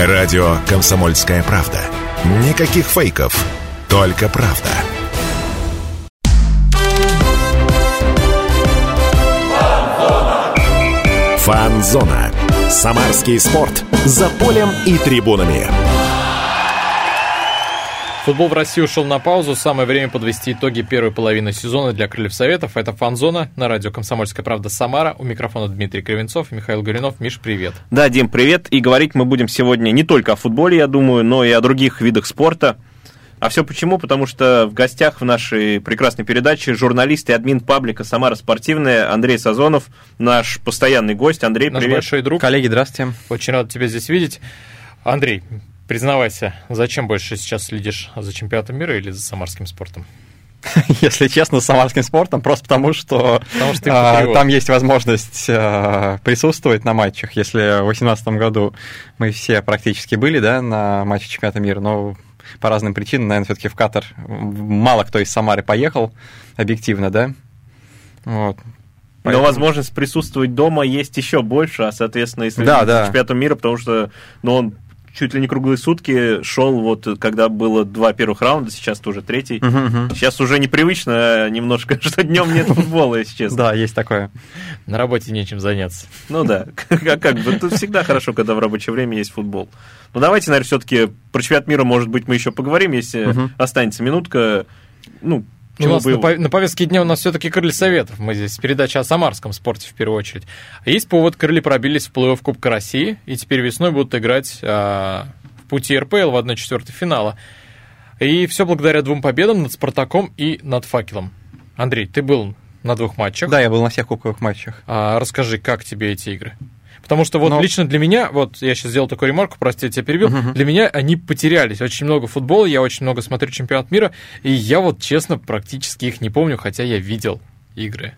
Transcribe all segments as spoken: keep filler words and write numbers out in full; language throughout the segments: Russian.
Радио «Комсомольская правда». Никаких фейков, только правда. Фан-зона. Самарский спорт. За полем и трибунами. Футбол в России ушел на паузу. Самое время подвести итоги первой половины сезона для Крыльев Советов. Это «Фан-зона» на радио «Комсомольская правда» Самара. У микрофона Дмитрий Кривенцов и Михаил Горюнов. Миш, привет. Да, Дим, привет. И говорить мы будем сегодня не только о футболе, я думаю, но и о других видах спорта. А все почему? Потому что в гостях в нашей прекрасной передаче журналист и админ паблика «Самара спортивная» Андрей Сазонов, наш постоянный гость. Андрей, наш привет. Наш большой друг. Коллеги, здравствуйте. Очень рад тебя здесь видеть. Андрей, признавайся, зачем больше сейчас следишь за чемпионатом мира или за самарским спортом? Если честно, за самарским спортом, просто потому что, потому что а, там есть возможность а, присутствовать на матчах. Если в две тысячи восемнадцатом году мы все практически были, да, на матче чемпионата мира, но по разным причинам, наверное, все-таки в Катар мало кто из Самары поехал, объективно, да. Вот. Поэтому... Но возможность присутствовать дома есть еще больше, а, соответственно, если да, да. чемпионатом мира, потому что, ну, он чуть ли не круглые сутки шел, вот когда было два первых раунда, сейчас уже третий. Uh-huh, uh-huh. Сейчас уже непривычно немножко, что днем нет футбола, если честно. Да, есть такое. На работе нечем заняться. Ну да, как бы, это всегда хорошо, когда в рабочее время есть футбол. Ну давайте, наверное, все-таки про чемпионат мира, может быть, мы еще поговорим, если uh-huh. останется минутка. Ну, у нас на, пов... на повестке дня у нас все-таки Крылья Советов. Мы здесь передача о самарском спорте в первую очередь. А есть повод, Крылья пробились в плей-офф Кубка России, и теперь весной будут играть а, в пути эр пэ эл в одной четвертой финала. И все благодаря двум победам над «Спартаком» и над «Факелом». Андрей, ты был на двух матчах. Да, я был на всех кубковых матчах. А, расскажи, как тебе эти игры? Потому что вот Но... лично для меня, вот я сейчас сделал такую ремарку, прости, я тебя перебил, uh-huh. для меня они потерялись. Очень много футбола, я очень много смотрю чемпионат мира, и я вот, честно, практически их не помню, хотя я видел игры.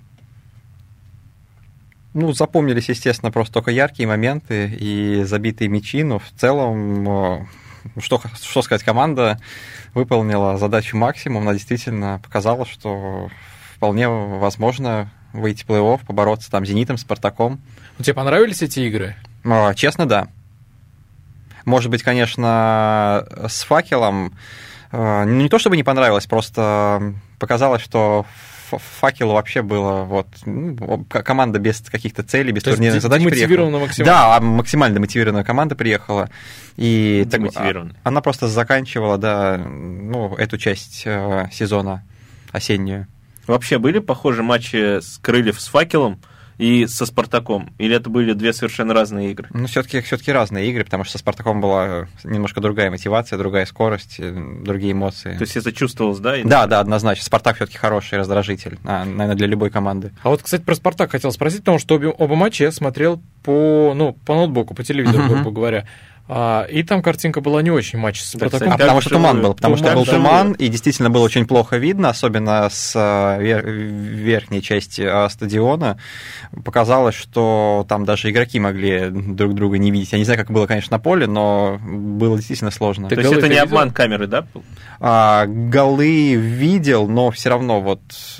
Ну, запомнились, естественно, просто только яркие моменты и забитые мячи, но в целом, что, что сказать, команда выполнила задачу максимум, она действительно показала, что вполне возможно выйти в плей-офф, побороться там с «Зенитом», «Спартаком». Ну, тебе понравились эти игры? Честно, да. Может быть, конечно, с «Факелом», ну, не то чтобы не понравилось, просто показалось, что «Факелу» вообще было вот, ну, команда без каких-то целей, без то турнирных задач приехала. Максимально. Да, максимально демотивированная команда приехала. И так, она просто заканчивала, да, ну, эту часть э, сезона осеннюю. Вообще были похожие матчи с Крыльев с «Факелом» и со «Спартаком»? Или это были две совершенно разные игры? Ну, все-таки все-таки разные игры, потому что со «Спартаком» была немножко другая мотивация, другая скорость, другие эмоции. То есть это чувствовалось, да? Да, да, однозначно. «Спартак» все-таки хороший раздражитель, наверное, для любой команды. А вот, кстати, про «Спартак» хотел спросить, потому что обе, оба матча я смотрел по, ну, по ноутбуку, по телевизору, грубо говоря. А, и там картинка была не очень матч с «Спартаком». Да, а потому что туман был, потому туман, что был да, туман, и действительно было очень плохо видно, особенно с вер- верхней части стадиона. Показалось, что там даже игроки могли друг друга не видеть. Я не знаю, как было, конечно, на поле, но было действительно сложно. Ты То есть это не видел? Обман камеры, да? А, голы видел, но все равно вот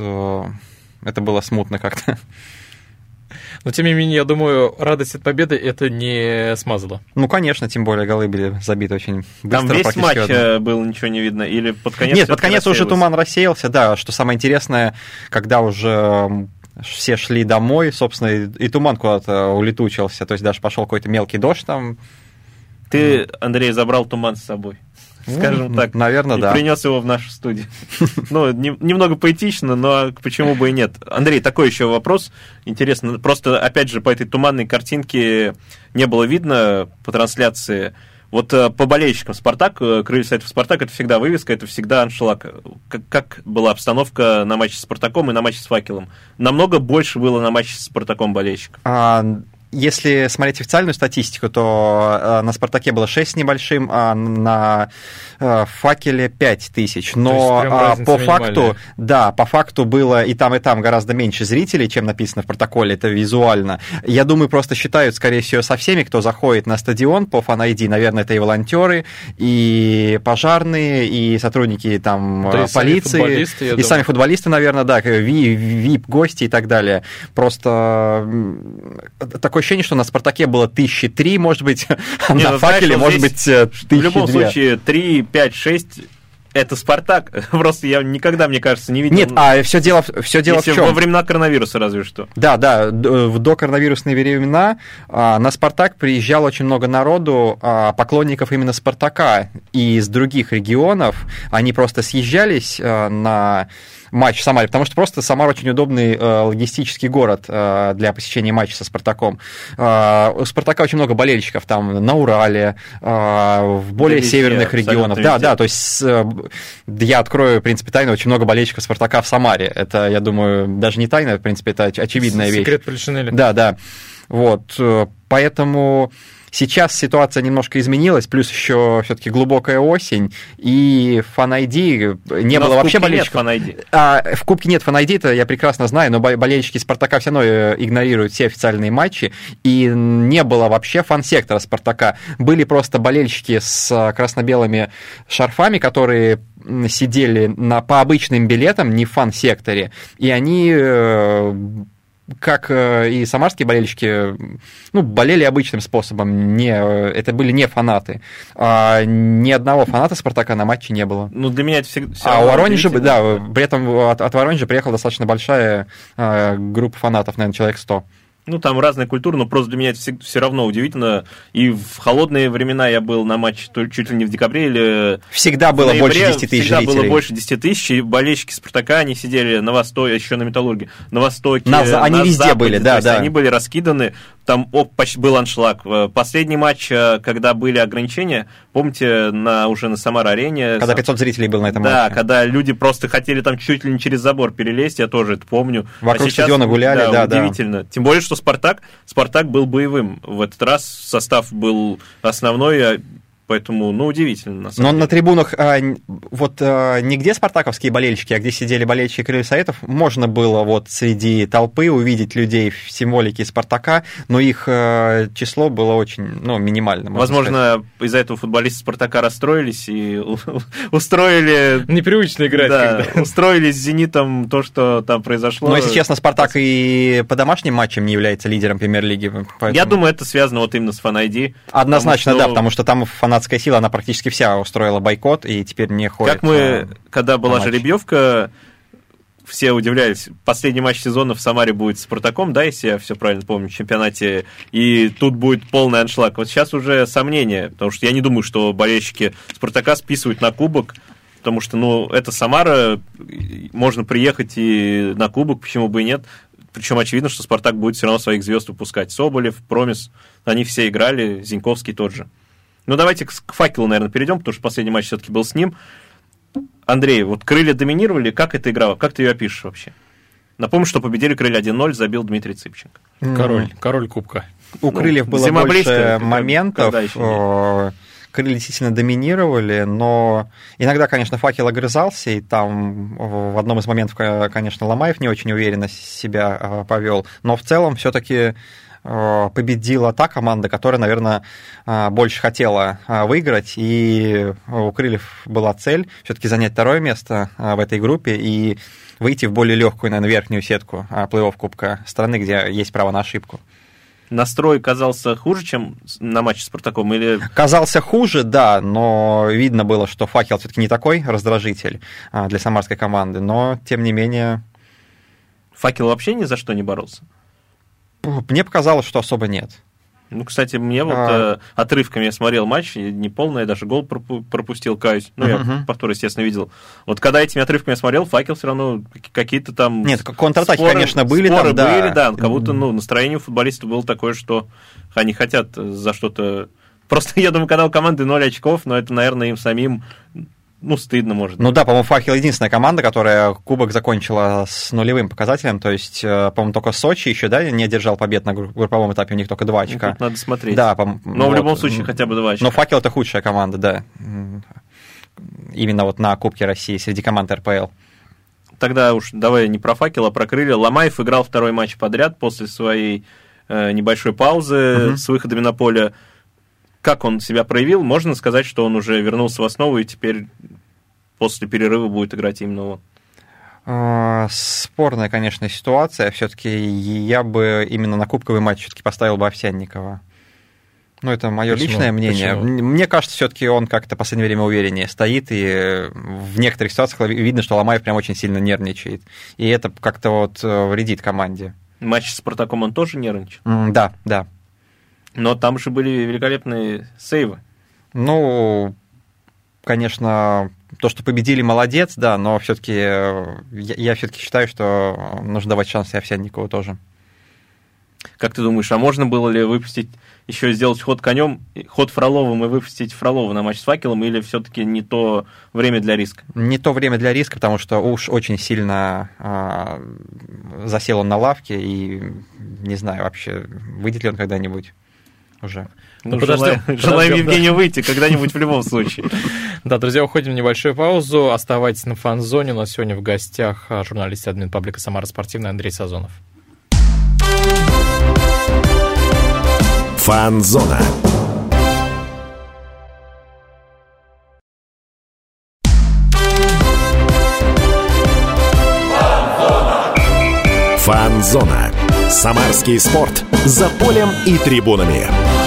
это было смутно как-то. Но, тем не менее, я думаю, радость от победы это не смазало. Ну, конечно, тем более голы были забиты очень быстро. Там весь матч одно. Было ничего не видно? Или под конец? Нет, под конец уже туман рассеялся, да. Что самое интересное, когда уже все шли домой, собственно, и, и туман куда-то улетучился. То есть даже пошел какой-то мелкий дождь там. Ты, Андрей, забрал туман с собой. Скажем ну, так, наверное, и да. принес его в нашу студию. Ну, не, немного поэтично, но почему бы и нет. Андрей, такой еще вопрос. Интересно, просто, опять же, по этой туманной картинке не было видно по трансляции. Вот по болельщикам «Спартак», Крылья Советов «Спартак» — это всегда вывеска, это всегда аншлаг. Как, как была обстановка на матче с «Спартаком» и на матче с «Факелом»? Намного больше было на матче с «Спартаком» болельщиков. А... Если смотреть официальную статистику, то э, на «Спартаке» было шесть с небольшим, а на э, «Факеле» пять тысяч. Но э, по факту, да, по факту было и там, и там гораздо меньше зрителей, чем написано в протоколе, это визуально. Я думаю, просто считают, скорее всего, со всеми, кто заходит на стадион по Fan ай ди. Наверное, это и волонтеры, и пожарные, и сотрудники там да полиции, и, сами, и сами футболисты, наверное, да, ви ай пи-гости и так далее. Просто такое ощущение, что на «Спартаке» было тысячи три, может быть, а Не, на ну, «Факеле», знаешь, может здесь быть, тысячи две. В любом случае, три, пять, шесть... Это «Спартак». Просто я никогда, мне кажется, не видел. Нет, а все дело, все дело в чем? Во времена коронавируса разве что. Да, да, в докоронавирусные времена а, на «Спартак» приезжало очень много народу, а, поклонников именно «Спартака» и из других регионов. Они просто съезжались а, на матч в Самаре, потому что просто Самара очень удобный а, логистический город а, для посещения матча со «Спартаком». А, у «Спартака» очень много болельщиков там на Урале, а, в более да, северных везде, регионах. Да, да, то есть я открою, в принципе, тайну, очень много болельщиков «Спартака» в Самаре. Это, я думаю, даже не тайна, в принципе, это очевидная вещь. Секрет Полишинеля. Да, да. Вот, поэтому сейчас ситуация немножко изменилась, плюс еще все-таки глубокая осень, и Fan ай ди не но было вообще болельщиков. болельщиков. А, в Кубке нет Fan ай ди, это я прекрасно знаю, но болельщики «Спартака» все равно игнорируют все официальные матчи, и не было вообще фан-сектора «Спартака». Были просто болельщики с красно-белыми шарфами, которые сидели на, по обычным билетам, не в фан-секторе, и они... как и самарские болельщики, ну, болели обычным способом, не, это были не фанаты. А ни одного фаната «Спартака» на матче не было. Ну, для меня это всегда... А у Воронежа, да, при этом от, от Воронежа приехала достаточно большая а, группа фанатов, наверное, человек сто. Ну, там разная культура, но просто для меня это все, все равно удивительно. И в холодные времена я был на матче чуть ли не в декабре или... Всегда было ноябре, больше десяти тысяч всегда зрителей. было больше десяти тысяч, и болельщики «Спартака», они сидели на востоке, еще на «Металлурге», на востоке, на, они на везде западе, были, то да, есть да. Они были раскиданы, там о, почти был аншлаг. Последний матч, когда были ограничения, помните, на, уже на Самар-арене... Когда пятьсот зрителей было на этом да, матче. Да, когда люди просто хотели там чуть ли не через забор перелезть, я тоже это помню. Вокруг а сейчас, стадиона гуляли, да, да. удивительно. Да. Тем более, что «Спартак», «Спартак» был боевым. В этот раз состав был основной, поэтому, ну, удивительно, на самом Но деле. на трибунах а, вот а, не где спартаковские болельщики, а где сидели болельщики Крыльев Советов, можно было вот среди толпы увидеть людей в символике «Спартака», но их а, число было очень, ну, минимальным. Возможно, из-за этого футболисты «Спартака» расстроились и устроили... Непривычно играть. Да, когда... устроили с «Зенитом» то, что там произошло. Но, если честно, «Спартак» и по домашним матчам не является лидером премьер-лиги. Поэтому... Я думаю, это связано вот именно с Fan ай ди. Однозначно, потому что... да, потому что там фанатская сила, она практически вся устроила бойкот и теперь не ходит. Как мы, когда была матч. жеребьевка, все удивлялись, последний матч сезона в Самаре будет с «Спартаком», да, если я все правильно помню, в чемпионате, и тут будет полный аншлаг. Вот сейчас уже сомнения, потому что я не думаю, что болельщики «Спартака» списывают на кубок, потому что, ну, это Самара, можно приехать и на кубок, почему бы и нет. Причем очевидно, что «Спартак» будет все равно своих звезд выпускать. Соболев, Промис, они все играли, Зиньковский тот же. Ну, давайте к «Факелу», наверное, перейдем, потому что последний матч все-таки был с ним. Андрей, вот «Крылья» доминировали, как эта игра, как ты ее опишешь вообще? Напомню, что победили «Крылья» один ноль, забил Дмитрий Цыпченко. Король, король кубка. У ну, «Крыльев» было больше близкая, моментов, «Крылья» действительно доминировали, но иногда, конечно, «Факел» огрызался, и там в одном из моментов, конечно, Ломаев не очень уверенно себя повел, но в целом все-таки победила та команда, которая, наверное, больше хотела выиграть, и у «Крыльев» была цель все-таки занять второе место в этой группе и выйти в более легкую, наверное, верхнюю сетку плей-офф Кубка страны, где есть право на ошибку. Настрой казался хуже, чем на матче с «Спартаком»? Или... Казался хуже, да, но видно было, что «Факел» все-таки не такой раздражитель для самарской команды, но, тем не менее... «Факел» вообще ни за что не боролся? Мне показалось, что особо нет. Ну, кстати, мне вот а... э, отрывками я смотрел матч, не полный, я даже гол пропустил, каюсь. Ну, uh-huh. я повтор, естественно, видел. Вот когда этими отрывками я смотрел, «Факел» все равно какие-то там... Нет, контратаки, споры, конечно, были споры там, были, да. да. Как будто, ну, настроение у футболистов было такое, что они хотят за что-то... Просто, я думаю, когда у команды ноль очков, но это, наверное, им самим... Ну, стыдно, может быть. Ну да, по-моему, «Факел» единственная команда, которая кубок закончила с нулевым показателем. То есть, по-моему, только Сочи еще, да, не одержал побед на групповом этапе, у них только два очка. Ну, тут надо смотреть. Да, но вот. в любом случае хотя бы два очка. Но «Факел» — это худшая команда, да. Именно вот на Кубке России среди команд эр пэ эл. Тогда уж давай не про «Факел», а про «Крылья». Ломаев играл второй матч подряд после своей э, небольшой паузы угу. с выходами на поле. Как он себя проявил? Можно сказать, что он уже вернулся в основу и теперь после перерыва будет играть именно он? Спорная, конечно, ситуация. Все-таки я бы именно на кубковый матч все-таки поставил бы Овсянникова. Ну, это мое Почему? личное мнение. Почему? Мне кажется, все-таки он как-то в последнее время увереннее стоит, и в некоторых ситуациях видно, что Ломаев прям очень сильно нервничает. И это как-то вот вредит команде. Матч с Спартаком он тоже нервничал? Mm, да, да. Но там же были великолепные сейвы. Ну, конечно, то, что победили, молодец, да, но все-таки я, я все-таки считаю, что нужно давать шанс и Овсянникову тоже. Как ты думаешь, а можно было ли выпустить, еще сделать ход конем, ход Фроловым и выпустить Фролова на матч с Факелом, или все-таки не то время для риска? Не то время для риска, потому что уж очень сильно а, засел он на лавке, и не знаю вообще, выйдет ли он когда-нибудь уже. Ну, ну желаем, желаем Евгению да. выйти когда-нибудь в любом случае. Да, друзья, уходим в небольшую паузу. Оставайтесь на Фан-зоне. У нас сегодня в гостях журналист и админ паблика «Самара Спортивная» Андрей Сазонов. Фан-зона. Фан-зона. Самарский спорт. За полем и трибунами.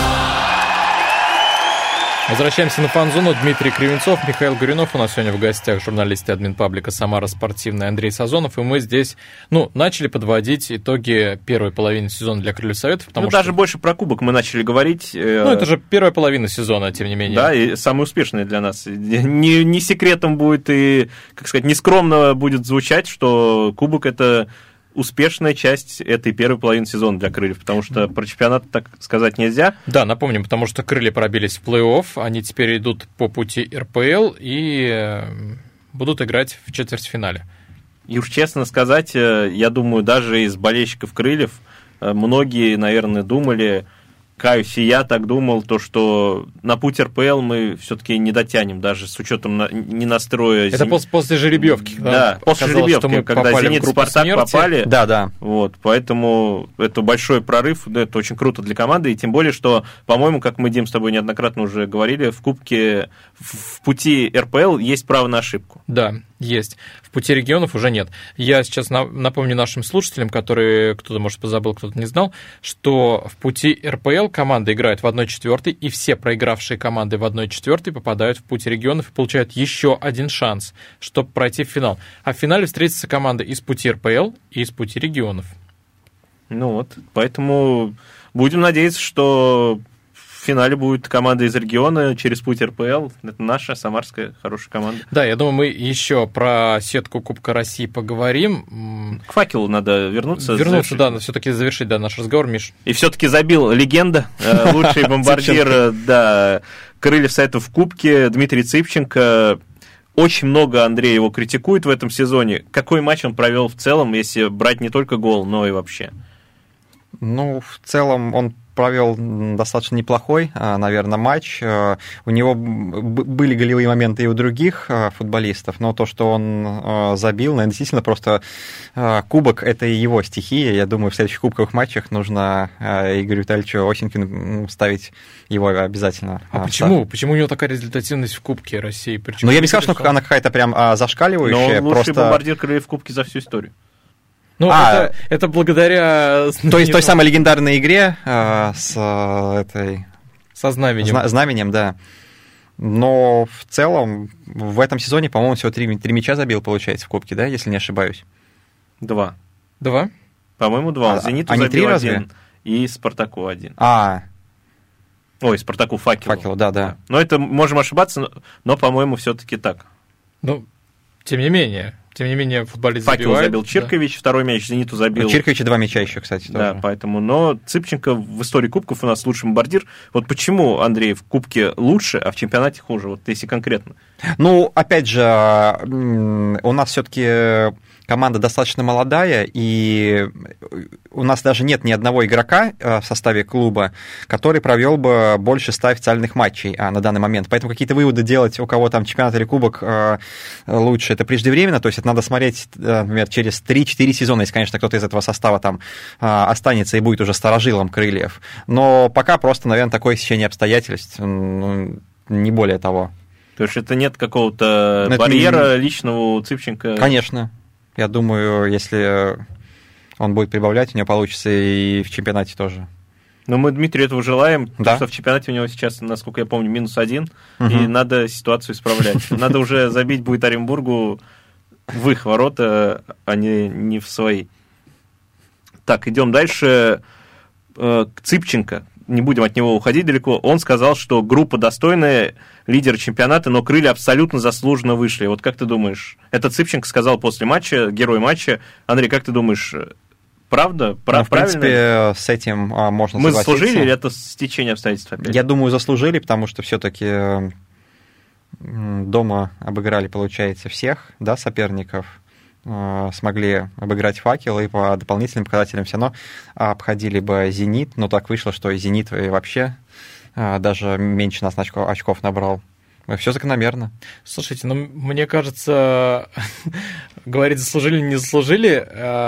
Возвращаемся на Фан-зону. Дмитрий Кривенцов, Михаил Горюнов. У нас сегодня в гостях журналист и админ паблика «Самара Спортивная» Андрей Сазонов. И мы здесь, ну, начали подводить итоги первой половины сезона для Крыльев Советов. Ну, даже что... больше про кубок мы начали говорить. Ну, это же первая половина сезона, тем не менее. Да, и самая успешная для нас. Не, не секретом будет и, как сказать, нескромно будет звучать, что кубок – это успешная часть этой первой половины сезона для Крыльев, потому что про чемпионат так сказать нельзя. Да, напомним, потому что Крылья пробились в плей-офф, они теперь идут по пути эр пэ эл и будут играть в четвертьфинале. И уж честно сказать, я думаю, даже из болельщиков Крыльев многие, наверное, думали, каюсь, и я так думал, то, что на путь эр пэ эл мы все-таки не дотянем, даже с учетом на, не настроя... Это после, после жеребьевки. Да, да после жеребьевки, когда «Зенит» и «Спартак» смерти. попали. Да, да. Вот, поэтому это большой прорыв, да, это очень круто для команды, и тем более, что, по-моему, как мы, Дим, с тобой неоднократно уже говорили, в Кубке, в пути эр пэ эл есть право на ошибку. Да, есть. В пути регионов уже нет. Я сейчас напомню нашим слушателям, которые кто-то, может, позабыл, кто-то не знал, что в пути эр пэ эл команда играет в одной четвертой, и все проигравшие команды в одной четвертой попадают в путь регионов и получают еще один шанс, чтобы пройти в финал. А в финале встретятся команды из пути эр пэ эл и из пути регионов. Ну вот, поэтому будем надеяться, что в финале будет команда из региона через путь эр пэ эл. Это наша самарская хорошая команда. Да, я думаю, мы еще про сетку Кубка России поговорим. К «Факелу» надо вернуться. Вернуться, завершить. Да, все-таки завершить да, наш разговор, Миш. И все-таки забил легенда, лучший бомбардир да, Крыльев Советов в Кубке, Дмитрий Цыпченко. Очень много Андрей его критикует в этом сезоне. Какой матч он провел в целом, если брать не только гол, но и вообще? Ну, в целом он провел достаточно неплохой, наверное, матч. У него были голевые моменты и у других футболистов, но то, что он забил, наверное, действительно просто кубок – это его стихия. Я думаю, в следующих кубковых матчах нужно Игорю Витальевичу Осенькину ставить его обязательно. А почему? Почему у него такая результативность в Кубке России? Ну, я не сказал, что она какая-то прям зашкаливающая. Но лучший просто... бомбардир Крыльев в Кубке за всю историю. Ну, а, это, это благодаря... То есть той самой легендарной игре э, с э, этой... Со знаменем. Зна- знаменем, да. Но в целом в этом сезоне, по-моему, всего три, три мяча забил, получается, в Кубке, да, если не ошибаюсь? Два. Два? По-моему, два. А, «Зениту» а забил три один. Разве? И «Спартаку» один. А, Ой, «Спартаку» «Факелу». «Факелу», да, да. Но это можем ошибаться, но, но по-моему, все-таки так. Ну, тем не менее... Тем не менее, футболист «Факел» забивает. забил Чиркович, да. Второй мяч «Зениту» забил. Чиркович и два мяча еще, кстати, тоже. Да, поэтому, но Цыпченко в истории кубков у нас лучший бомбардир. Вот почему, Андрей, в кубке лучше, а в чемпионате хуже, вот если конкретно? Ну, опять же, у нас все-таки команда достаточно молодая, и у нас даже нет ни одного игрока в составе клуба, который провел бы больше ста официальных матчей на данный момент. Поэтому какие-то выводы делать, у кого там чемпионат или кубок лучше, это преждевременно. То есть это надо смотреть, например, через три-четыре сезона, если, конечно, кто-то из этого состава там останется и будет уже старожилом Крыльев. Но пока просто, наверное, такое сечение обстоятельств, не более того. То есть это нет какого-то это барьера не... личного у Цыпченко? Конечно. Я думаю, если он будет прибавлять, у него получится и в чемпионате тоже. Но мы Дмитрию этого желаем, да? потому что в чемпионате у него сейчас, насколько я помню, минус один, угу. и надо ситуацию исправлять. Надо уже забить будет Оренбургу в их ворота, а не, не в свои. Так, идем дальше. Цыпченко. Не будем от него уходить далеко. Он сказал, что группа достойная, лидер чемпионата, но крылья абсолютно заслуженно вышли. Вот как ты думаешь? Это Цыпченко сказал после матча, герой матча. Андрей, как ты думаешь, правда? Прав, ну, в принципе, правильно? С этим а, можно Мы согласиться. Мы заслужили или это стечение обстоятельств опять? Я думаю, заслужили, потому что все-таки дома обыграли, получается, всех, да, соперников. Смогли обыграть «Факел», и по дополнительным показателям все равно обходили бы «Зенит», но так вышло, что «Зенит» вообще даже меньше нас очков, очков набрал. Все закономерно. Слушайте, ну, мне кажется, говорить заслужили, не заслужили,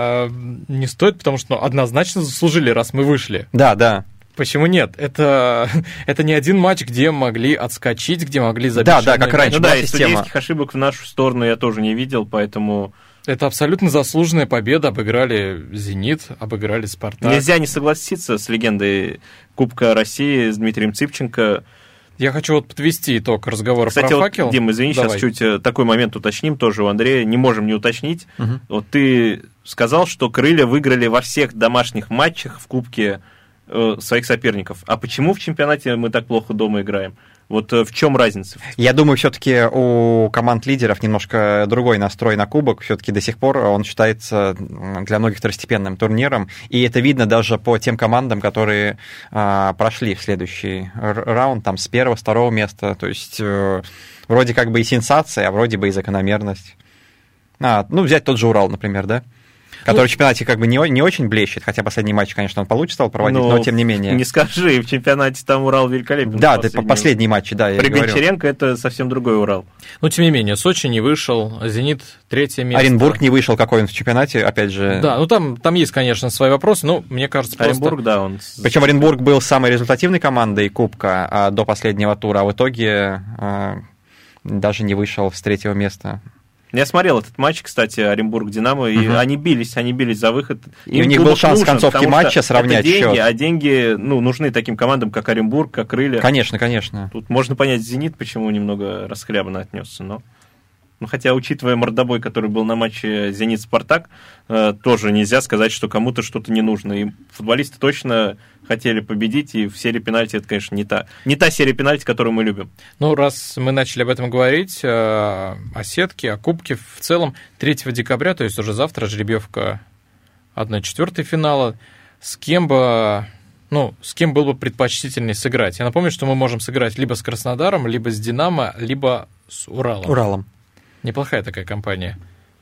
не стоит, потому что ну, однозначно заслужили, раз мы вышли. Да, да. Почему нет? Это, это не один матч, где могли отскочить, где могли забить. Да, да, как раньше. Ну, да, и судейских ошибок в нашу сторону я тоже не видел, поэтому... Это абсолютно заслуженная победа. Обыграли «Зенит», обыграли «Спартак». Нельзя не согласиться с легендой Кубка России, с Дмитрием Цыпченко. Я хочу вот подвести итог разговора Кстати, про вот, «Факел». Дим, извини, Давай. сейчас чуть такой момент уточним тоже у Андрея. Не можем не уточнить. Угу. Вот ты сказал, что крылья выиграли во всех домашних матчах в Кубке э, своих соперников. А почему в чемпионате мы так плохо дома играем? Вот в чем разница? Я думаю, все-таки у команд лидеров немножко другой настрой на кубок. Все-таки до сих пор он считается для многих второстепенным турниром. И это видно даже по тем командам, которые а, прошли в следующий раунд, там, с первого, с второго места. То есть э, вроде как бы и сенсация, а вроде бы и закономерность. А, ну, взять тот же Урал, например, да? Который ну, в чемпионате как бы не, не очень блещет, хотя последний матч, конечно, он получше стал проводить, но, но тем не менее. Не скажи, в чемпионате там Урал великолепен. Да, последний, ты, последние матчи, да, я При Гончаренко это совсем другой Урал. Но тем не менее, Сочи не вышел, «Зенит» третье место. Оренбург не вышел, какой он в чемпионате, опять же. Да, ну там, там есть, конечно, свои вопросы, но мне кажется, просто... Оренбург, да, он... Причем Оренбург был самой результативной командой Кубка а, до последнего тура, а в итоге а, даже не вышел с третьего места. Я смотрел этот матч, кстати, Оренбург-Динамо, и угу. они бились, они бились за выход. И Им у них был шанс в концовке матча сравнять деньги, счет. А деньги ну, нужны таким командам, как Оренбург, как Крылья. Конечно, конечно. Тут можно понять «Зенит», почему немного расхлябанно отнесся, но... Ну, хотя, учитывая мордобой, который был на матче «Зенит-Спартак», э, тоже нельзя сказать, что кому-то что-то не нужно. И футболисты точно хотели победить, и в серии пенальти это, конечно, не та, не та серия пенальти, которую мы любим. Ну, раз мы начали об этом говорить, э, о сетке, о кубке в целом, третьего декабря, то есть уже завтра, жеребьевка одна четвертая финала. С кем бы... Ну, с кем было бы предпочтительнее сыграть? Я напомню, что мы можем сыграть либо с Краснодаром, либо с «Динамо», либо с Уралом. Уралом. Неплохая такая компания.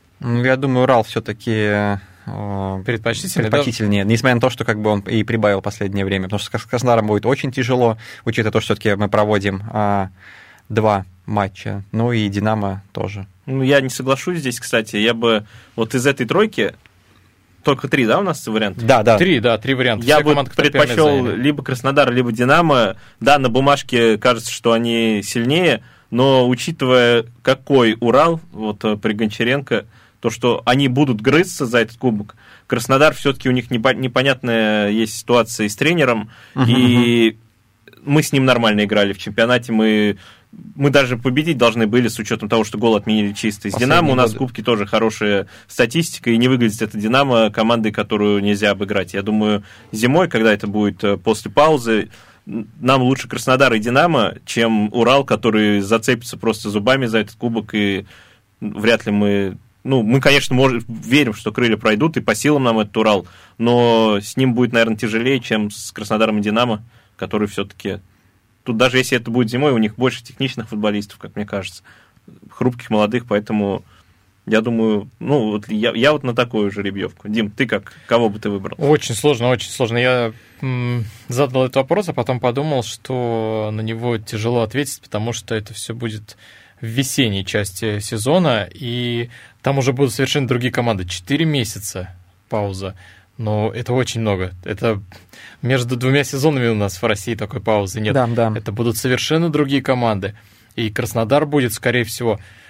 Я думаю, Урал все-таки э, предпочтительнее, предпочтительнее, да? Несмотря на то, что как бы он и прибавил в последнее время. Потому что с Краснодаром будет очень тяжело, учитывая то, что все-таки мы проводим э, два матча. Ну и «Динамо» тоже. Ну, я не соглашусь здесь, кстати. Я бы вот из этой тройки... Только три, да, у нас варианты? Да, да. Три, да, три варианта. Я Все бы команды, предпочел либо Краснодар, либо «Динамо». Да, на бумажке кажется, что они сильнее, но учитывая, какой Урал, вот при Гончаренко, то, что они будут грызться за этот кубок. Краснодар, все-таки у них непонятная есть ситуация и с тренером, uh-huh. и мы с ним нормально играли в чемпионате, мы... Мы даже победить должны были с учетом того, что гол отменили чистый. С «Динамо» у нас в Кубке тоже хорошая статистика, и не выглядит это «Динамо» командой, которую нельзя обыграть. Я думаю, зимой, когда это будет после паузы, нам лучше Краснодар и «Динамо», чем Урал, который зацепится просто зубами за этот кубок, и вряд ли мы... Ну, мы, конечно, можем, верим, что крылья пройдут, и по силам нам этот Урал, но с ним будет, наверное, тяжелее, чем с Краснодаром и «Динамо», который все-таки... Тут даже если это будет зимой, у них больше техничных футболистов, как мне кажется, хрупких, молодых, поэтому я думаю, ну, вот я, я вот на такую жеребьевку. Дим, ты как, кого бы ты выбрал? Очень сложно, очень сложно. Я м, задал этот вопрос, а потом подумал, что на него тяжело ответить, потому что это все будет в весенней части сезона, и там уже будут совершенно другие команды. Четыре месяца пауза. Но это очень много. Это между двумя сезонами у нас в России такой паузы нет. Да, да. Это будут совершенно другие команды. И Краснодар будет, скорее всего...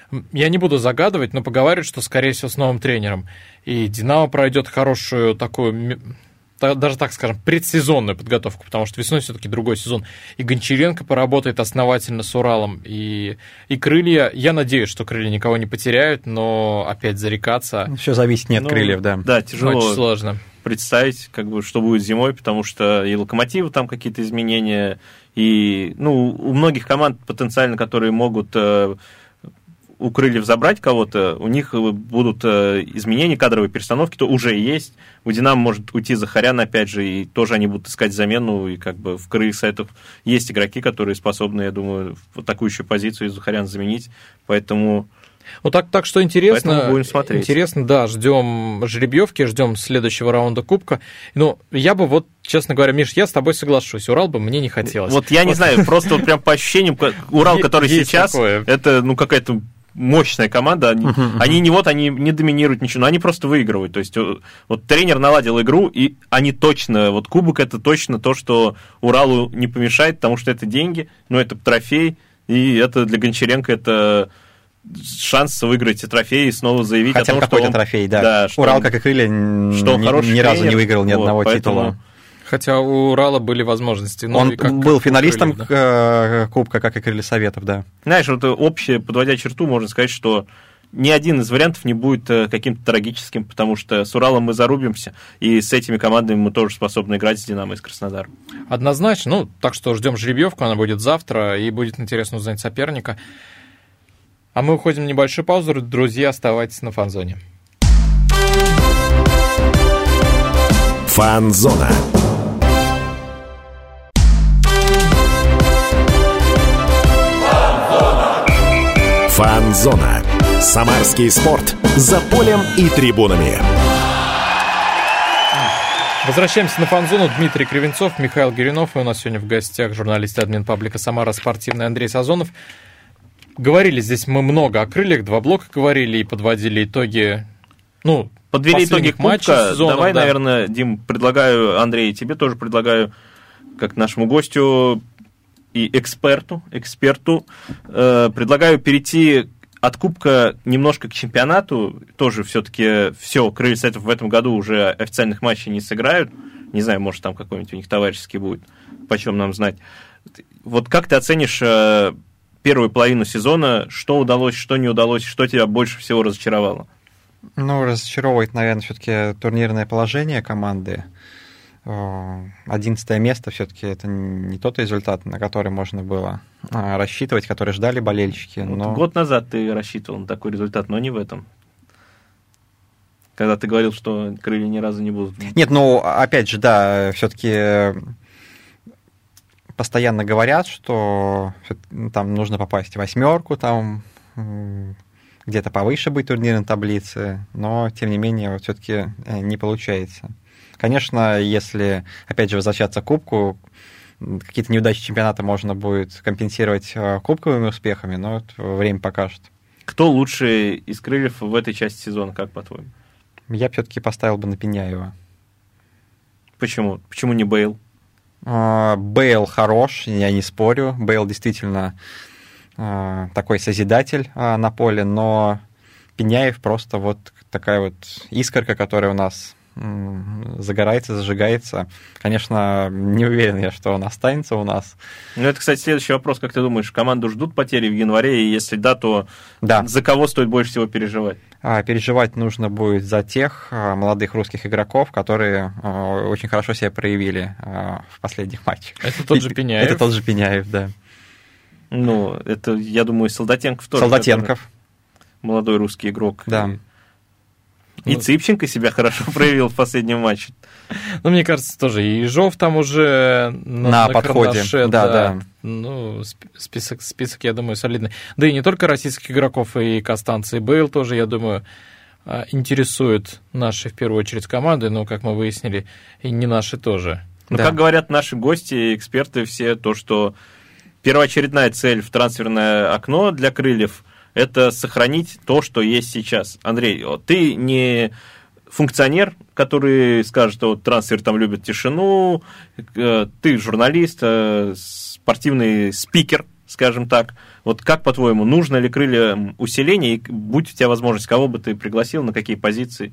я не буду загадывать, но поговаривают, что, скорее всего, с новым тренером. И «Динамо» пройдет хорошую такую, даже так скажем, предсезонную подготовку, потому что весной все-таки другой сезон. И Гончаренко поработает основательно с «Уралом». И, и «Крылья», я надеюсь, что «Крылья» никого не потеряют, но опять зарекаться... Все зависит не от ну, «Крыльев», да. Да, тяжело. Очень сложно представить, как бы, что будет зимой, потому что и «Локомотиву» там какие-то изменения, и ну, у многих команд потенциально, которые могут э, у «Крыльев» забрать кого-то, у них будут э, изменения, кадровые перестановки, то уже есть. У «Динамо» может уйти Захарян, опять же, и тоже они будут искать замену, и как бы в «Крыльях» Советов есть игроки, которые способны, я думаю, в атакующую позицию Захарян заменить, поэтому... Ну так, так что интересно, будем смотреть. Интересно, да, ждем жеребьевки, ждем следующего раунда Кубка. Ну, я бы вот, честно говоря, Миш, я с тобой соглашусь, Урал бы мне не хотелось. Вот я не вот. знаю, просто вот прям по ощущениям, Урал, который есть сейчас, такое. Это ну какая-то мощная команда, они, uh-huh. они не вот, они не доминируют ничего, но они просто выигрывают. То есть вот тренер наладил игру, и они точно, вот кубок это точно то, что Уралу не помешает, потому что это деньги, ну это трофей, и это для Гончаренко это... шанс выиграть трофей и снова заявить хотя о том, какой-то что он... трофей, да. да что Урал, он... как и «Крылья», что ни, ни разу не выиграл ни вот, одного поэтому... титула. Хотя у Урала были возможности. Он как, был как финалистом Крыльев, да. Кубка, как и «Крылья Советов», да. Знаешь, вот общее, подводя черту, можно сказать, что ни один из вариантов не будет каким-то трагическим, потому что с Уралом мы зарубимся, и с этими командами мы тоже способны играть с «Динамо» из Краснодара. Однозначно. Ну, так что ждем жеребьевку, она будет завтра, и будет интересно узнать соперника. А мы уходим в небольшую паузу. Друзья, оставайтесь на Фан-зоне. Фан-зона. Фан-зона. Самарский спорт. За полем и трибунами. Возвращаемся на Фан-зону. Дмитрий Кривенцов, Михаил Геринов. И у нас сегодня в гостях журналист и админ паблика «Самара» спортивный Андрей Сазонов. Говорили здесь мы много о «Крыльях», два блока говорили и подводили итоги, ну, подвели итоги Кубка. Сезонов, Давай, да. наверное, Дим, предлагаю, Андрей, тебе тоже предлагаю, как нашему гостю и эксперту, эксперту, э, предлагаю перейти от Кубка немножко к чемпионату. Тоже все-таки все, «Крылья Советов» в этом году уже официальных матчей не сыграют. Не знаю, может, там какой-нибудь у них товарищеский будет, почем нам знать. Вот как ты оценишь... Э, первую половину сезона, что удалось, что не удалось, что тебя больше всего разочаровало? Ну, разочаровывает, наверное, все-таки турнирное положение команды. Одиннадцатое место все-таки это не тот результат, на который можно было рассчитывать, который ждали болельщики. Но... Вот год назад ты рассчитывал на такой результат, но не в этом. Когда ты говорил, что «Крылья» ни разу не будут. Нет, ну, опять же, да, все-таки... Постоянно говорят, что там нужно попасть в восьмерку, там где-то повыше быть в турнирной таблице, но, тем не менее, вот все-таки не получается. Конечно, если, опять же, возвращаться к Кубку, какие-то неудачи чемпионата можно будет компенсировать кубковыми успехами, но это время покажет. Кто лучше из «Крыльев» в этой части сезона, как по-твоему? Я все-таки поставил бы на Пеняева. Почему? Почему не Бейл? Бейл хорош, я не спорю. Бейл действительно такой созидатель на поле, но Пеняев просто вот такая вот искорка, которая у нас загорается, зажигается. Конечно, не уверен я, что он останется у нас. Ну, это, кстати, следующий вопрос. Как ты думаешь, команду ждут потери в январе? И если да, то да. За кого стоит больше всего переживать? А, переживать нужно будет за тех а, молодых русских игроков, которые а, очень хорошо себя проявили а, в последних матчах. Это тот же Пеняев? Это тот же Пеняев, да. Ну, это, я думаю, Солдатенков тоже. Солдатенков. Молодой русский игрок. Да. И ну, Цыпченко себя хорошо проявил в последнем матче. Ну, мне кажется, тоже и Ежов там уже на, на, на подходе. Карандаше, да, да. да. Ну, список, список, я думаю, солидный. Да и не только российских игроков, и Костанцы, и Бейл тоже, я думаю, интересуют наши, в первую очередь, команды, но, как мы выяснили, и не наши тоже. Ну, да. Как говорят наши гости, эксперты все, то, что первоочередная цель в трансферное окно для «Крыльев» — это сохранить то, что есть сейчас. Андрей, ты не функционер, который скажет, что трансфер там любит тишину, ты журналист, спортивный спикер, скажем так. Вот как, по-твоему, нужно ли крыльям усиление, и будь у тебя возможность, кого бы ты пригласил, на какие позиции?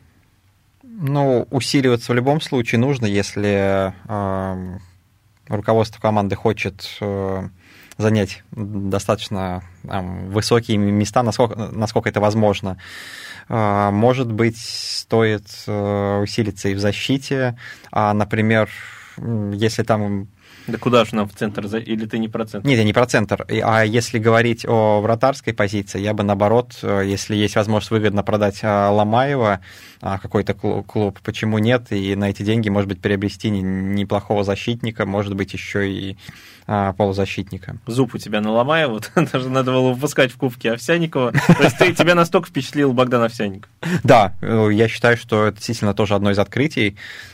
Ну, усиливаться в любом случае нужно, если э, руководство команды хочет э, занять достаточно э, высокие места, насколько, насколько это возможно. Э, может быть, стоит э, усилиться и в защите. А, например, если там... Да куда же нам в центр? Или ты не про центр? Нет, я не про центр. А если говорить о вратарской позиции, я бы, наоборот, если есть возможность выгодно продать Ломаева какой-то клуб, почему нет? И на эти деньги, может быть, приобрести неплохого защитника, может быть, еще и полузащитника. Зуб у тебя на Ломаева, даже надо было выпускать в кубке Овсянникова. То есть ты, тебя настолько впечатлил Богдан Овсянников? Да, я считаю, что это действительно тоже одно из открытий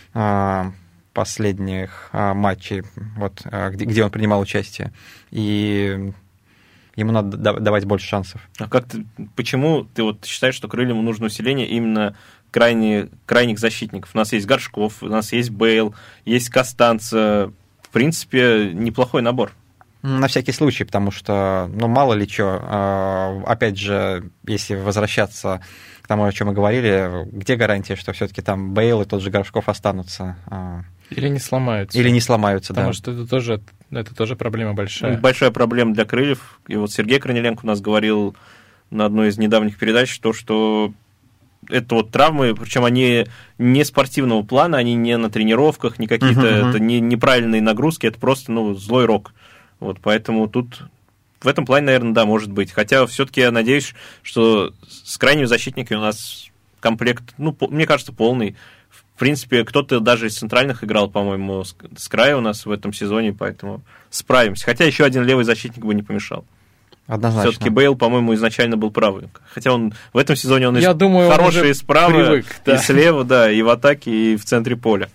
последних а, матчей, вот, а, где, где он принимал участие. И ему надо давать больше шансов. А как ты, почему ты вот считаешь, что крыльям нужно усиление именно крайне, крайних защитников? У нас есть Горшков, у нас есть Бейл, есть Костанца. В принципе, неплохой набор. На всякий случай, потому что, ну, мало ли что. А, опять же, если возвращаться к тому, о чем мы говорили, где гарантия, что все-таки там Бейл и тот же Горшков останутся? Или не сломаются. Или не сломаются, Потому да. что это тоже, это тоже проблема большая. Большая проблема для крыльев. И вот Сергей Корниленко у нас говорил на одной из недавних передач, то, что это вот травмы, причем они не спортивного плана, они не на тренировках, не какие-то uh-huh. это не, неправильные нагрузки, это просто ну, злой рок. Вот, поэтому тут в этом плане, наверное, да, может быть. Хотя все-таки я надеюсь, что с крайними защитниками у нас комплект, ну, мне кажется, полный. В принципе, кто-то даже из центральных играл, по-моему, с края у нас в этом сезоне, поэтому справимся. Хотя еще один левый защитник бы не помешал. Однозначно. Все-таки Бейл, по-моему, изначально был правый. Хотя он в этом сезоне он Я и думаю, хороший и справа, привык, да. и слева, да, и в атаке, и в центре поля.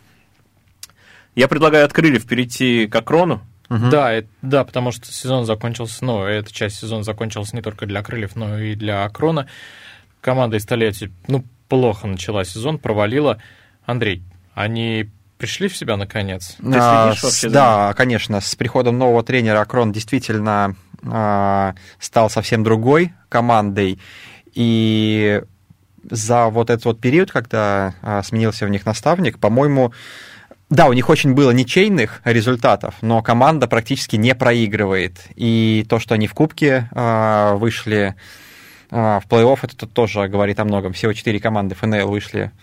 Я предлагаю от крыльев перейти к Акрону. Угу. Да, это, да, потому что сезон закончился, ну, эта часть сезона закончилась не только для крыльев, но и для Акрона. Команда из Тольятти, ну, плохо начала сезон, провалила. Андрей, они пришли в себя наконец? Ты а, следишь вообще? С, да, конечно. С приходом нового тренера Акрон действительно а, стал совсем другой командой. И за вот этот вот период, когда а, сменился в них наставник, по-моему, да, у них очень было ничейных результатов, но команда практически не проигрывает. И то, что они в Кубке а, вышли а, в плей-офф, это тоже говорит о многом. Всего четыре команды эф эн эл вышли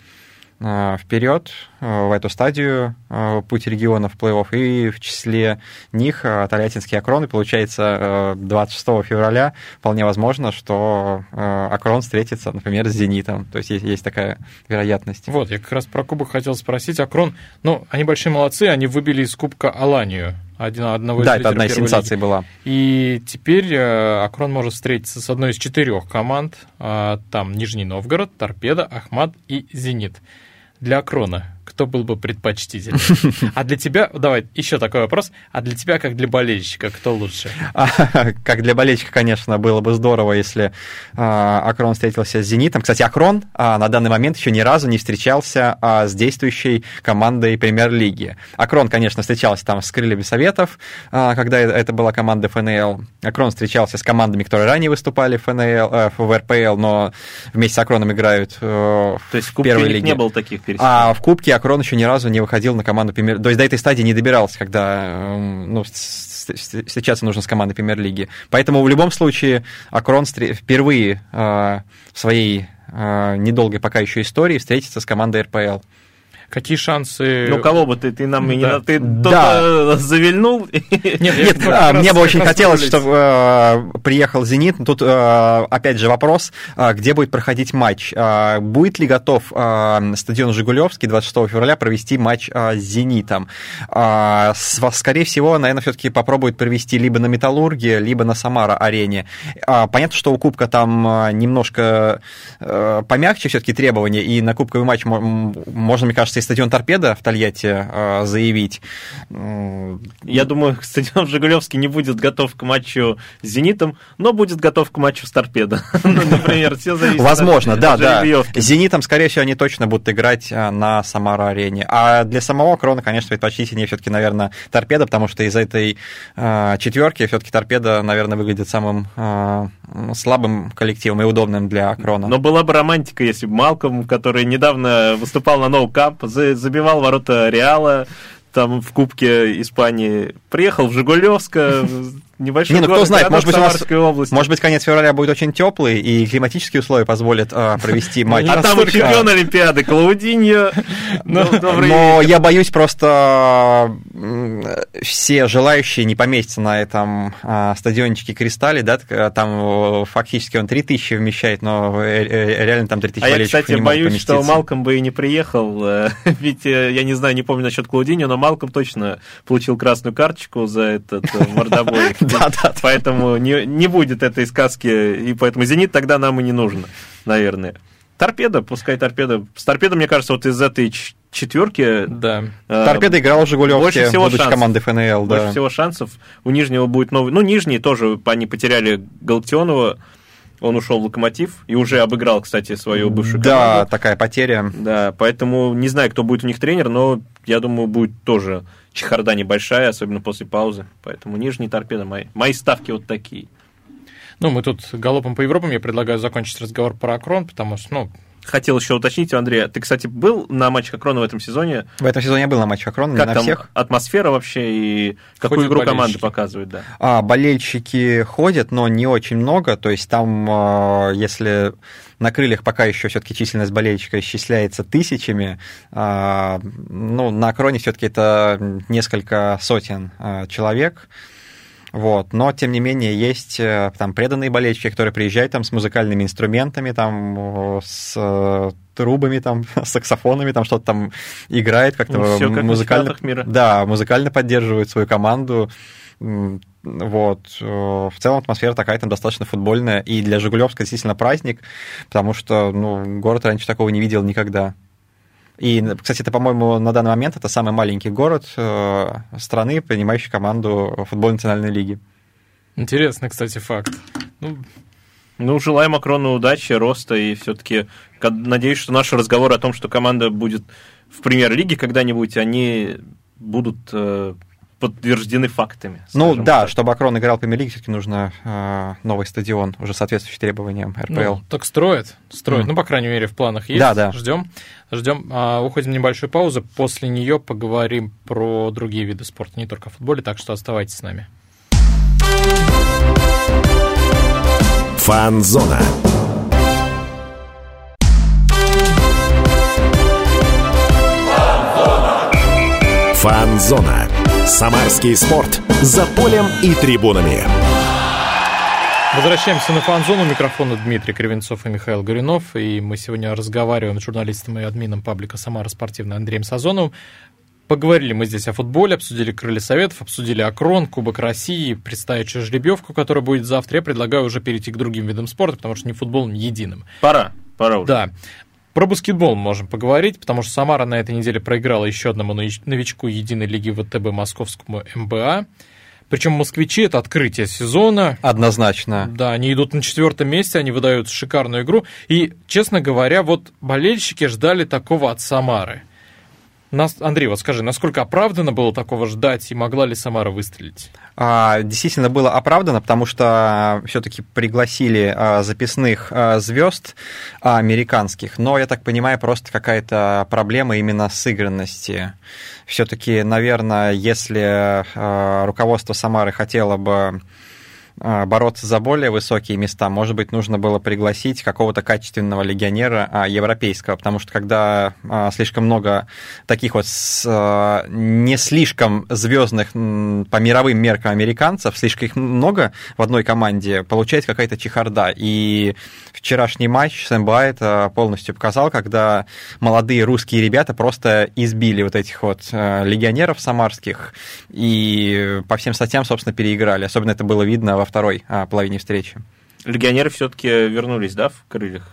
вперед в эту стадию путь регионов плей-офф, и в числе них Тольяттинский Акрон, и получается двадцать шестого февраля вполне возможно, что Акрон встретится, например, с Зенитом, то есть есть, есть такая вероятность. Вот, я как раз про Кубок хотел спросить. Акрон, ну, они большие молодцы, они выбили из Кубка Аланию, один, одного из да, это одна из сенсаций лиги. Была. И теперь Акрон может встретиться с одной из четырех команд, там Нижний Новгород, Торпедо, Ахмат и Зенит. Для Акрона кто был бы предпочтительнее? А для тебя, давай, еще такой вопрос, а для тебя, как для болельщика, кто лучше? Как для болельщика, конечно, было бы здорово, если Акрон встретился с Зенитом. Кстати, Акрон на данный момент еще ни разу не встречался с действующей командой премьер-лиги. Акрон, конечно, встречался там с Крыльями Советов, когда это была команда эф эн эл. Акрон встречался с командами, которые ранее выступали в, эн эл, в эр пэ эл, но вместе с Акроном играют в То есть в Кубке первой лиге лиге. Не было таких пересечений? А в Кубке Акрон еще ни разу не выходил на команду премьер... То есть до этой стадии не добирался, когда ну, встречаться нужно с командой премьер-лиги. Поэтому в любом случае Акрон впервые э, в своей э, недолгой пока еще истории встретится с командой эр пэ эл. Какие шансы... Ну, кого бы ты, ты нам да. и не... Ты да. завильнул? Нет, Нет а, мне бы очень хотелось, чтобы э, приехал «Зенит». Тут, э, опять же, вопрос, э, где будет проходить матч. Э, будет ли готов э, стадион «Жигулевский» двадцать шестого февраля провести матч э, с «Зенитом»? Э, с, скорее всего, наверное, все-таки попробуют провести либо на «Металлурге», либо на «Самара-арене». Э, понятно, что у Кубка там э, немножко э, помягче все-таки требования, и на кубковый матч можно, мне кажется, если стадион «Торпедо» в Тольятти заявить... Я думаю, стадион «Жигулевский» не будет готов к матчу с «Зенитом», но будет готов к матчу с «Торпедо». Например, все зависит от Возможно, да, да. С «Зенитом», скорее всего, они точно будут играть на Самара-арене. А для самого «Акрона», конечно, предпочтительнее все-таки, наверное, «Торпедо», потому что из этой четверки все-таки «Торпедо», наверное, выглядит самым слабым коллективом и удобным для «Акрона». Но была бы романтика, если бы Малком, который недавно выступал на Ноу Камп, забивал ворота Реала, там в Кубке Испании, приехал в Жигулевск, небольшой Не, ну, город, кто знает, может быть, у нас, области. может быть, конец февраля будет очень теплый, и климатические условия позволят а, провести матч. А там чемпион Олимпиады Клаудиньо. Но я боюсь, просто все желающие не поместятся на этом стадиончике «Кристалли», да, там фактически он три тысячи вмещает, но реально там три тысячи болельщиков не могут поместиться. А я, кстати, боюсь, что Малком бы и не приехал, ведь я не знаю, не помню насчет Клаудиньо, но Малком точно получил красную карточку за этот мордобой. Да, да, поэтому не, не будет этой сказки, и поэтому «Зенит» тогда нам и не нужно, наверное. «Торпедо», пускай «Торпедо». С «Торпедо», мне кажется, вот из этой четверки... Да. Э, «Торпедо» играл в «Жигулевске», будучи командой эф эн эл. Больше да. всего шансов. У Нижнего будет новый... Ну, Нижний тоже, они потеряли Галактионова, он ушел в «Локомотив» и уже обыграл, кстати, свою бывшую команду. Да, такая потеря. Да, поэтому не знаю, кто будет у них тренер, но я думаю, будет тоже чехарда небольшая, особенно после паузы. Поэтому Нижний, «Торпедо», мои, мои ставки вот такие. Ну, мы тут галопом по Европам, я предлагаю закончить разговор про «Акрон», потому что, ну... Хотел еще уточнить, Андрей, ты, кстати, был на матче «Акрона» в этом сезоне? В этом сезоне я был на матче «Акрона», как не на там всех. Атмосфера вообще и какую Ходят игру болельщики. команды показывает, да? А, болельщики ходят, но не очень много, то есть там, если на «Крыльях» пока еще все-таки численность болельщика исчисляется тысячами, ну, на «Акроне» все-таки это несколько сотен человек. Вот. Но, тем не менее, есть там преданные болельщики, которые приезжают там с музыкальными инструментами, там, с трубами, там, с саксофонами, там что-то там играет, как-то ну, всё как музыкально, мира. Да, музыкально поддерживают свою команду. Вот. В целом атмосфера такая там достаточно футбольная, и для Жигулевска действительно праздник, потому что ну, город раньше такого не видел никогда. И, кстати, это, по-моему, на данный момент это самый маленький город э, страны, принимающий команду футбольной национальной лиги. Интересный, кстати, факт. Ну, ну желаем «Акрону» удачи, роста, и все-таки надеюсь, что наши разговоры о том, что команда будет в премьер-лиге когда-нибудь, они будут э, подтверждены фактами. Ну да, так. чтобы «Акрон» играл в премьер-лиге, все-таки нужно э, новый стадион, уже соответствующий требованиям эр пэ эл. Ну, так строят, строят. Mm. Ну, по крайней мере, в планах есть. Да, да. Ждем. Ждем. А, уходим в небольшую паузу. После нее поговорим про другие виды спорта, не только о футболе, так что оставайтесь с нами. Фан-зона. Фан-зона. Самарский спорт. За полем и трибунами. Возвращаемся на фан-зону. У микрофона Дмитрий Кривенцов и Михаил Горюнов. И мы сегодня разговариваем с журналистом и админом паблика «Самара спортивная» Андреем Сазоновым. Поговорили мы здесь о футболе, обсудили «Крылья Советов», обсудили «Акрон», Кубок России, предстоящую жеребьевку, которая будет завтра. Я предлагаю уже перейти к другим видам спорта, потому что не футбол, не единым. Пора, пора уже. Да. Про баскетбол можем поговорить, потому что Самара на этой неделе проиграла еще одному новичку единой лиги вэ тэ бэ московскому эм бэ а. Причем москвичи — это открытие сезона. Однозначно. Да, они идут на четвертом месте, они выдают шикарную игру. И, честно говоря, вот болельщики ждали такого от Самары. Нас, Андрей, вот скажи, насколько оправданно было такого ждать, и могла ли Самара выстрелить? А, действительно было оправдано, потому что все-таки пригласили а, записных а, звезд а, американских, но, я так понимаю, просто какая-то проблема именно сыгранности. Все-таки, наверное, если а, руководство Самары хотело бы бороться за более высокие места, может быть, нужно было пригласить какого-то качественного легионера а, европейского, потому что когда а, слишком много таких вот с, а, не слишком звездных м, по мировым меркам американцев, слишком их много в одной команде, получается какая-то чехарда. И вчерашний матч с эн бэ а это полностью показал, когда молодые русские ребята просто избили вот этих вот а, легионеров самарских и по всем статьям, собственно, переиграли. Особенно это было видно во второй а, половине встречи. Легионеры все-таки вернулись, да, в «Крыльях»?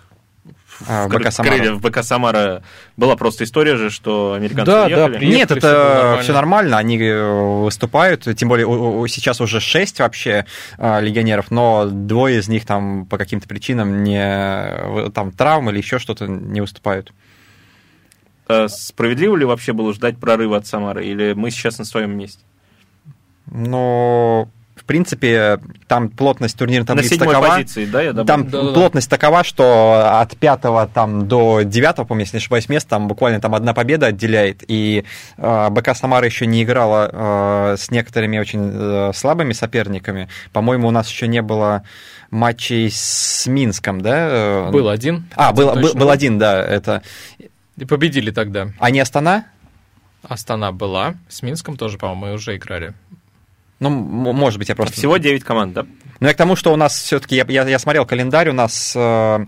В БК Самара. В БК Самара была просто история же, что американцы да, уехали. Да, Нет, это все нормально, они выступают, тем более сейчас уже шесть вообще легионеров, но двое из них там по каким-то причинам не там травм или еще что-то не выступают. Справедливо ли вообще было ждать прорыва от Самары, или мы сейчас на своем месте? Ну... В принципе, там плотность турнирной таблицы такова. На седьмой позиции, да, я добавлю? Там да, плотность да. такова, что от пятого там, до девятого, помню, если не ошибаюсь, места, там буквально там одна победа отделяет. И э, БК Самара еще не играла э, с некоторыми очень э, слабыми соперниками. По-моему, у нас еще не было матчей с Минском, да? Был один. А, был, был, был один, да. Это... И победили тогда. А не Астана? Астана была. С Минском тоже, по-моему, мы уже играли. Ну, может быть, я просто... Всего девять команд, да? Ну, я к тому, что у нас все-таки, я, я, я смотрел календарь, у нас э,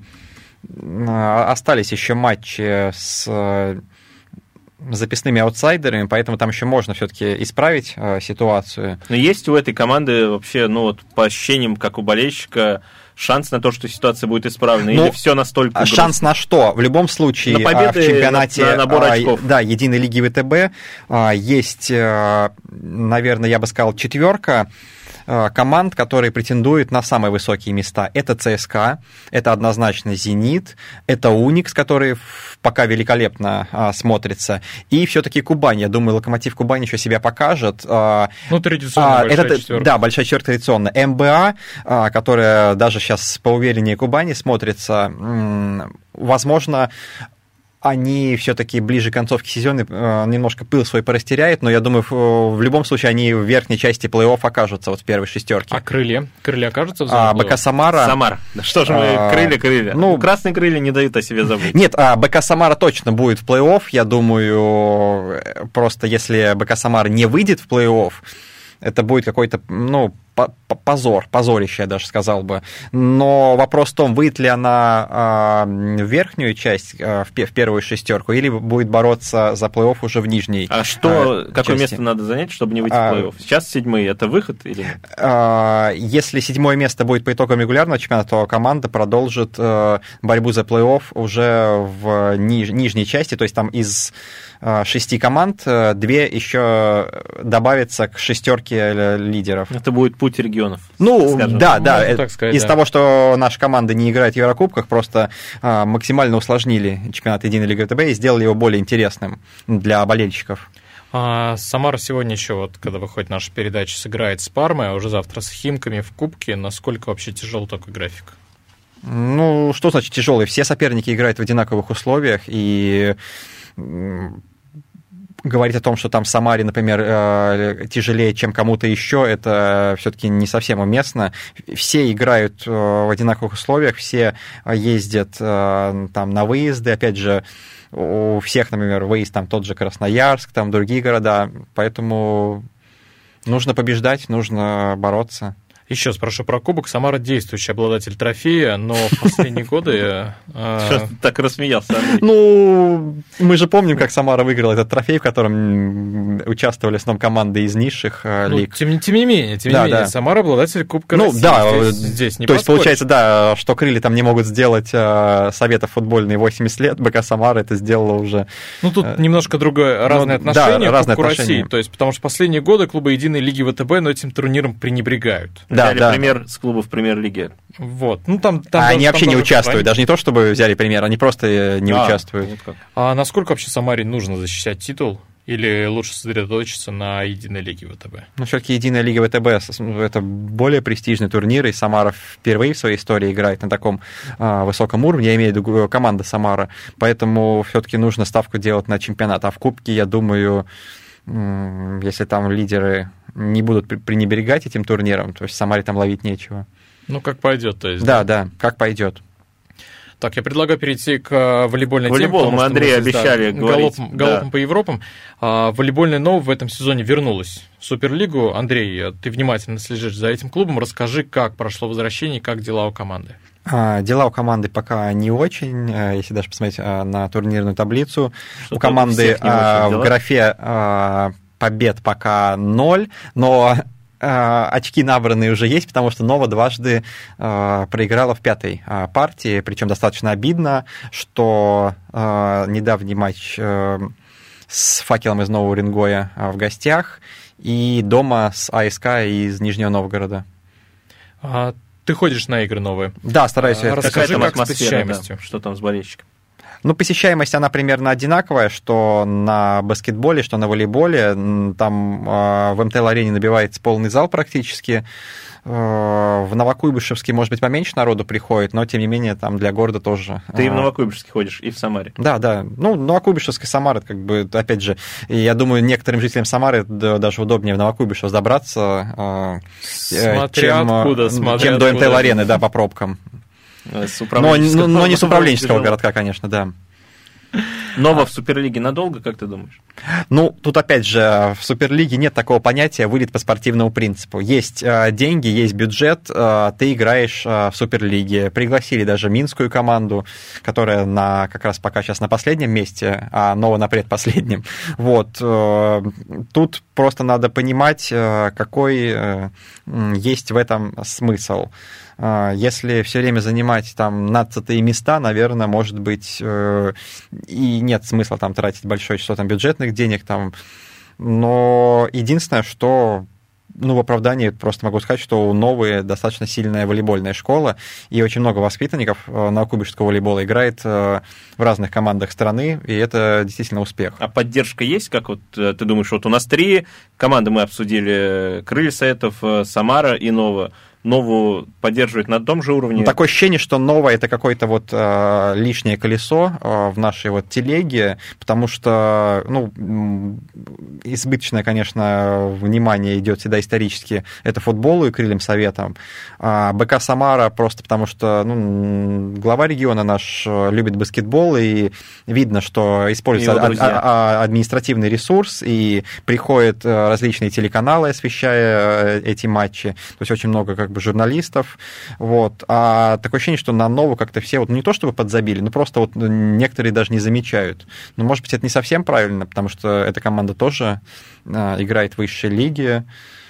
остались еще матчи с э, записными аутсайдерами, поэтому там еще можно все-таки исправить э, ситуацию. Но есть у этой команды вообще, ну вот по ощущениям, как у болельщика, шанс на то, что ситуация будет исправлена, ну, или все настолько грустно? Шанс на что? В любом случае, на победы, в чемпионате на, на набор очков. Да, Единой лиги ВТБ есть, наверное, я бы сказал, четверка команд, которые претендуют на самые высокие места. Это ЦСКА, это однозначно «Зенит», это «Уникс», который пока великолепно а, смотрится, и все-таки Кубань. Я думаю, «Локомотив Кубань» еще себя покажет. Ну, традиционно а, большая это, четверка. Да, большая четверка традиционно. МБА, а, которая даже сейчас поувереннее Кубани смотрится, м- возможно... Они все-таки ближе к концовке сезона немножко пыл свой порастеряют, но я думаю, в любом случае они в верхней части плей-офф окажутся вот в первой шестерке. А крылья? Крылья окажутся в зоне а, БК Самара... Самара. Да что же мы, а, крылья, крылья. Ну, красные крылья не дают о себе забыть. Нет, а БК Самара точно будет в плей-офф. Я думаю, просто если БК Самара не выйдет в плей-офф, это будет какой-то, ну, позор, позорище, я даже сказал бы. Но вопрос в том, выйдет ли она в верхнюю часть, в первую шестерку, или будет бороться за плей-офф уже в нижней. А что, части. Какое место надо занять, чтобы не выйти а, в плей-офф? Сейчас седьмые, это выход или нет? Если седьмое место будет по итогам регулярного чемпионата, то команда продолжит борьбу за плей-офф уже в ниж, нижней части, то есть там из шести команд две еще добавятся к шестерке лидеров. Это будет путь регионов. Ну, скажем. да, да. Ну, так сказать, Из да. того, что наша команда не играет в Еврокубках, просто а, максимально усложнили чемпионат Единой лиги ВТБ и сделали его более интересным для болельщиков. А Самара сегодня еще, вот, когда выходит наша передача, сыграет с Пармой, а уже завтра с Химками в Кубке. Насколько вообще тяжел такой график? Ну, что значит тяжелый? Все соперники играют в одинаковых условиях, и говорить о том, что там Самаре, например, тяжелее, чем кому-то еще, это все-таки не совсем уместно. Все играют в одинаковых условиях, все ездят там на выезды, опять же, у всех, например, выезд там тот же Красноярск, там другие города, поэтому нужно побеждать, нужно бороться. Еще спрошу про кубок. Самара действующий обладатель трофея, но в последние годы... Что ты так рассмеялся, Андрей? Ну, мы же помним, как Самара выиграла этот трофей, в котором участвовали в основном команды из низших лиг. Тем не менее, тем не менее, Самара обладатель Кубка России. Ну да, здесь не то есть получается, да, что крылья там не могут сделать Советов футбольные восемьдесят лет, БК Самара это сделала уже. Ну тут немножко другое, разные отношения к Кубку России. То есть, потому что последние годы клубы Единой лиги ВТБ, но этим турниром пренебрегают. Да, взяли да. пример с клубов премьер-лиги. Вот. Ну, там, там а даже, они там вообще не даже участвуют, даже не то, чтобы взяли пример, они просто не а, участвуют. Вот а насколько вообще Самаре нужно защищать титул? Или лучше сосредоточиться на Единой лиге ВТБ? Ну, все-таки Единая лига ВТБ – это более престижный турнир, и Самара впервые в своей истории играет на таком а, высоком уровне, я имею в виду команда Самара, поэтому все-таки нужно ставку делать на чемпионат. А в Кубке, я думаю, если там лидеры не будут пренебрегать этим турниром, то есть Самаре там ловить нечего. Ну, как пойдет, то есть. Да, да, да, как пойдет. Так, я предлагаю перейти к волейбольной теме. Волейбол, мы Андрею обещали да, говорить. Галопом, галопом да. по Европам. А, волейбольная Нова в этом сезоне вернулась в Суперлигу. Андрей, ты внимательно следишь за этим клубом. Расскажи, как прошло возвращение, как дела у команды. Дела у команды пока не очень, если даже посмотреть на турнирную таблицу. Что у команды в графе побед пока ноль, но очки набранные уже есть, потому что Нова дважды проиграла в пятой партии, причем достаточно обидно, что недавний матч с «Факелом» из Нового Уренгоя в гостях и дома с АСК из Нижнего Новгорода. А ты ходишь на игры новые? Да, стараюсь. А, расскажи, как с посещаемостью. Да, что там с болельщиками? Ну, посещаемость, она примерно одинаковая, что на баскетболе, что на волейболе. Там э, в эм тэ эл-арене набивается полный зал практически. Э, в Новокуйбышевске, может быть, поменьше народу приходит, но, тем не менее, там для города тоже. Ты и в Новокуйбышевске ходишь, и в Самаре. Да, да. Ну, Новокуйбышевск и Самара, как бы, опять же, я думаю, некоторым жителям Самары даже удобнее в Новокуйбышев забраться, смотря чем, откуда, смотря чем до эм тэ эл-арены, да, по пробкам. Но, но, но не с управленческого городка, конечно, да. Нова в Суперлиге надолго, как ты думаешь? Ну, тут опять же, в Суперлиге нет такого понятия вылет по спортивному принципу. Есть э, деньги, есть бюджет, э, ты играешь э, в Суперлиге. Пригласили даже минскую команду, которая на, как раз пока сейчас на последнем месте, а Нова на предпоследнем. Вот. Э, тут просто надо понимать, э, какой э, есть в этом смысл. Если все время занимать там нацатые места, наверное, может быть, э, и нет смысла там тратить большое число там бюджетных денег там. Но единственное, что, ну, в оправдании просто могу сказать, что у Новой достаточно сильная волейбольная школа, и очень много воспитанников новокуйбышевского волейбола играет в разных командах страны, и это действительно успех. А поддержка есть? Как вот ты думаешь, вот у нас три команды мы обсудили: Крылья Советов, Самара и Нова. Нову поддерживать на том же уровне? Ну, такое ощущение, что Нова — это какое-то вот э, лишнее колесо э, в нашей вот телеге, потому что, ну, избыточное, конечно, внимание идет всегда исторически это футболу и Крыльям Советам. А БК Самара просто потому что, ну, глава региона наш любит баскетбол, и видно, что используется а, а, административный ресурс, и приходят различные телеканалы, освещая эти матчи. То есть очень много как бы журналистов, вот, а такое ощущение, что на Нову как-то все, вот, ну, не то чтобы подзабили, но просто вот некоторые даже не замечают. Но, может быть, это не совсем правильно, потому что эта команда тоже а, играет в высшей лиге,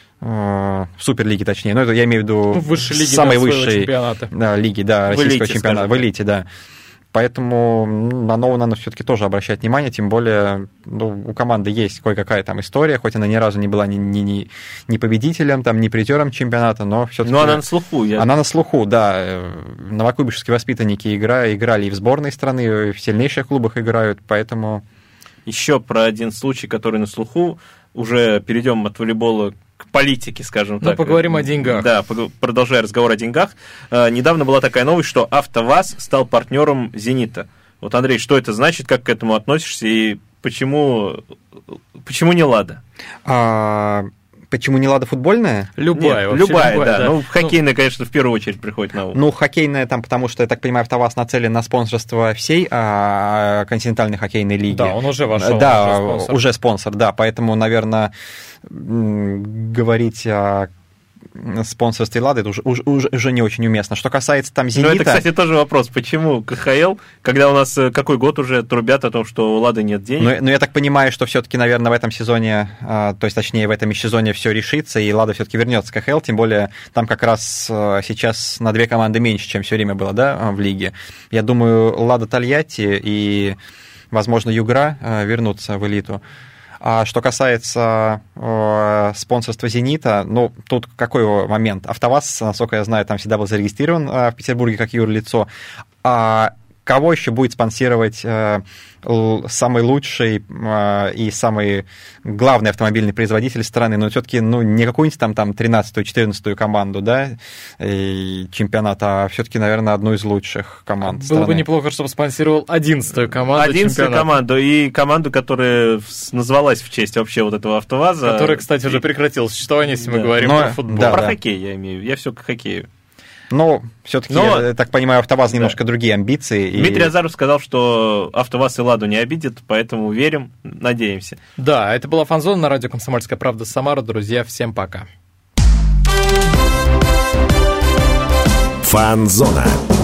а, в Суперлиге, точнее, но это я имею в виду ну, в лиге, самой да, высшей да, лиги, да, российского элите, чемпионата, в элите, да. Поэтому на Нову надо все-таки тоже обращать внимание, тем более, ну, у команды есть кое-какая там история, хоть она ни разу не была ни, ни, ни, ни победителем, там, ни призером чемпионата, но все-таки... Но она на слуху. Я... Она на слуху, да. Новокуйбышевские воспитанники игра, играли и в сборной страны, и в сильнейших клубах играют, поэтому... Еще про один случай, который на слуху. Уже перейдем от волейбола к политике, скажем ну, так. Поговорим о деньгах. Да, продолжая разговор о деньгах. Недавно была такая новость, что АвтоВАЗ стал партнером «Зенита». Вот, Андрей, что это значит, как к этому относишься и почему, почему не «Лада»? А... Почему не «Лада» футбольная? Любая. Нет, любая, любая, да. да. Ну, хоккейная, конечно, в первую очередь приходит на ум. Ну, хоккейная там, потому что, я так понимаю, АвтоВАЗ нацелен на спонсорство всей а, континентальной хоккейной лиги. Да, он уже вошел. Да, уже спонсор. уже спонсор, да. Поэтому, наверное, говорить о спонсорстве «Лады» это уже, уже, уже не очень уместно. Что касается там «Зенита». Ну, это, кстати, тоже вопрос. Почему ка ха эл, когда у нас какой год уже трубят о том, что у «Лады» нет денег? Ну, ну я так понимаю, что все-таки, наверное, в этом сезоне, то есть, точнее, в этом сезоне все решится, и «Лада» все-таки вернется к ка ха эл, тем более там как раз сейчас на две команды меньше, чем все время было, да, в лиге. Я думаю, «Лада» Тольятти и, возможно, «Югра» вернутся в элиту. А что касается э, спонсорства «Зенита», ну, тут какой момент? АвтоВАЗ, насколько я знаю, там всегда был зарегистрирован э, в Петербурге как юрлицо. А кого еще будет спонсировать э, самый лучший э, и самый главный автомобильный производитель страны? Но все-таки, ну, не какую-нибудь там, там тринадцатую-четырнадцатую команду, да, и чемпионата, а все-таки, наверное, одну из лучших команд Было страны. бы неплохо, чтобы спонсировал одиннадцатую команду одиннадцатую команду и команду, которая назвалась в честь вообще вот этого АвтоВАЗа. Которая, кстати, уже прекратила существование, если да. мы говорим Но, про футбол. да, про да. хоккей я имею, я все к хоккею. Но все-таки, Но... я так понимаю, АвтоВАЗ да. немножко другие амбиции. Дмитрий и... Азаров сказал, что АвтоВАЗ и «Ладу» не обидит, поэтому верим, надеемся. Да, это была «Фан-зона» на радио «Комсомольская правда» Самара. Друзья, всем пока. «Фан-зона».